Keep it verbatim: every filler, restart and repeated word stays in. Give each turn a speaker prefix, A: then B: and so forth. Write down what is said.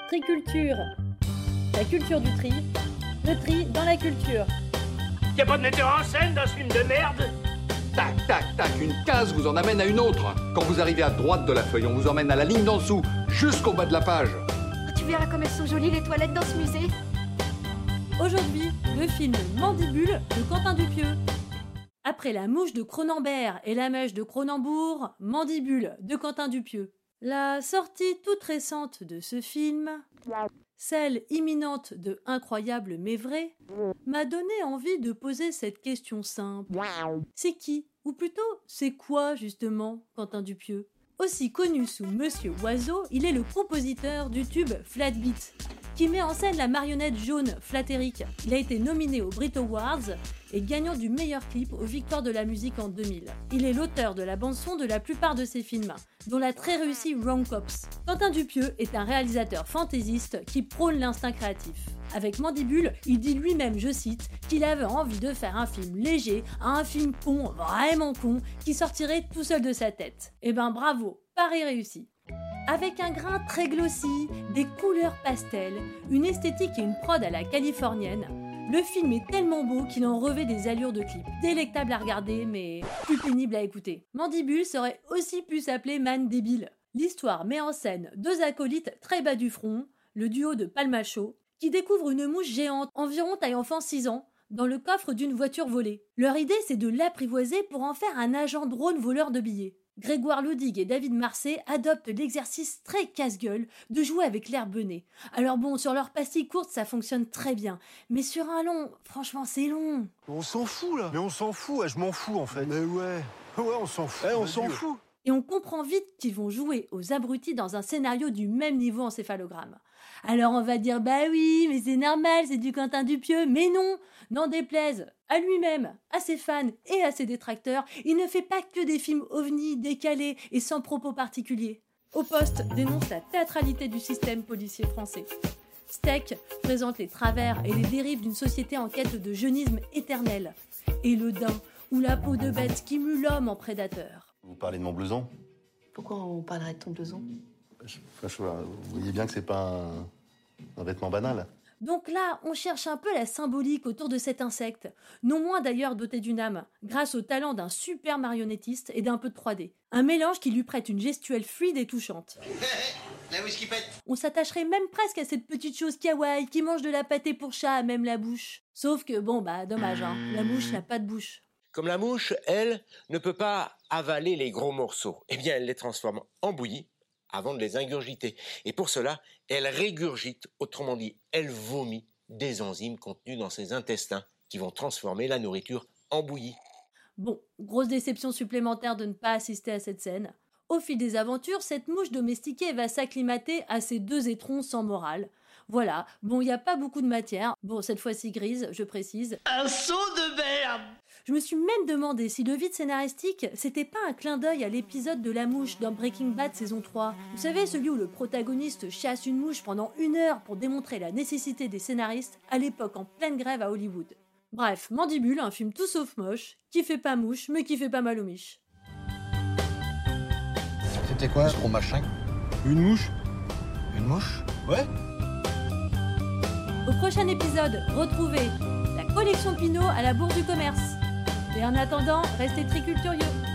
A: Triculture. La culture du tri. Le tri dans la culture.
B: Y'a pas de metteur en scène dans ce film de merde?
C: Tac, tac, tac, une case vous en amène à une autre. Quand vous arrivez à droite de la feuille, on vous emmène à la ligne d'en dessous, jusqu'au bas de la page.
D: Tu verras comme elles sont jolies les toilettes dans ce musée.
A: Aujourd'hui, le film Mandibule de Quentin Dupieux. Après La mouche de Cronenberg et La mèche de Cronenbourg, Mandibule de Quentin Dupieux. La sortie toute récente de ce film, celle imminente de Incroyable mais vrai, m'a donné envie de poser cette question simple. C'est qui? Ou plutôt, c'est quoi justement Quentin Dupieux? Aussi connu sous Monsieur Oiseau, il est le compositeur du tube Flat Beat, qui met en scène la marionnette jaune Flatteric. Il a été nominé aux Brit Awards et gagnant du meilleur clip aux Victoires de la musique en deux mille. Il est l'auteur de la bande-son de la plupart de ses films, dont la très réussie Wrong Cops. Quentin Dupieux est un réalisateur fantaisiste qui prône l'instinct créatif. Avec Mandibule, il dit lui-même, je cite, qu'il avait envie de faire un film léger, un film con, vraiment con, qui sortirait tout seul de sa tête. Eh ben bravo, pari réussi. Avec un grain très glossy, des couleurs pastel, une esthétique et une prod à la californienne, le film est tellement beau qu'il en revêt des allures de clip. Délectable à regarder, mais plus pénible à écouter. Mandibule serait aussi pu s'appeler Man débile. L'histoire met en scène deux acolytes très bas du front, le duo de Palmacho, qui découvrent une mouche géante, environ taille enfant six ans, dans le coffre d'une voiture volée. Leur idée, c'est de l'apprivoiser pour en faire un agent drone voleur de billets. Grégoire Ludig et David Marsay adoptent l'exercice très casse-gueule de jouer avec l'air bené. Alors bon, sur leur pastille courte, ça fonctionne très bien. Mais sur un long, franchement, c'est long.
E: On s'en fout, là.
F: Mais on s'en fout, ouais, je m'en fous, en fait.
E: Mais ouais.
F: Ouais, on s'en fout.
E: Ouais, on s'en fout.
A: Et on comprend vite qu'ils vont jouer aux abrutis dans un scénario du même niveau encéphalogramme. Alors on va dire, bah oui, mais c'est normal, c'est du Quentin Dupieux. Mais non, n'en déplaise à lui-même, à ses fans et à ses détracteurs, il ne fait pas que des films ovnis, décalés et sans propos particuliers. Au Poste dénonce la théâtralité du système policier français. Steak présente les travers et les dérives d'une société en quête de jeunisme éternel. Et Le Daim, ou la peau de bête qui mue l'homme en prédateur.
F: Vous parlez de mon blouson?
G: Pourquoi on parlerait de ton blouson?
F: je, enfin, je, Vous voyez bien que c'est pas un, un vêtement banal.
A: Donc là, on cherche un peu la symbolique autour de cet insecte, non moins d'ailleurs doté d'une âme, grâce au talent d'un super marionnettiste et d'un peu de trois D. Un mélange qui lui prête une gestuelle fluide et touchante.
H: La whisky pète.
A: On s'attacherait même presque à cette petite chose kawaii qui mange de la pâtée pour chat à même la bouche. Sauf que, bon bah, dommage, hein, la mouche n'a pas de bouche.
I: Comme la mouche, elle, ne peut pas avaler les gros morceaux. Eh bien, elle les transforme en bouillie avant de les ingurgiter. Et pour cela, elle régurgite, autrement dit, elle vomit des enzymes contenues dans ses intestins qui vont transformer la nourriture en bouillie.
A: Bon, grosse déception supplémentaire de ne pas assister à cette scène. Au fil des aventures, cette mouche domestiquée va s'acclimater à ces deux étrons sans morale. Voilà, bon, il n'y a pas beaucoup de matière. Bon, cette fois-ci grise, je précise.
B: Un saut de merde!
A: Je me suis même demandé si le vide scénaristique, c'était pas un clin d'œil à l'épisode de la mouche dans Breaking Bad saison trois. Vous savez, celui où le protagoniste chasse une mouche pendant une heure pour démontrer la nécessité des scénaristes, à l'époque en pleine grève à Hollywood. Bref, Mandibule, un film tout sauf moche, qui fait pas mouche, mais qui fait pas mal aux miches.
E: C'était quoi ce gros machin? Une mouche. Une mouche? Ouais.
A: Au prochain épisode, retrouvez la collection Pinot à la Bourse du Commerce. Et en attendant, restez triculturieux.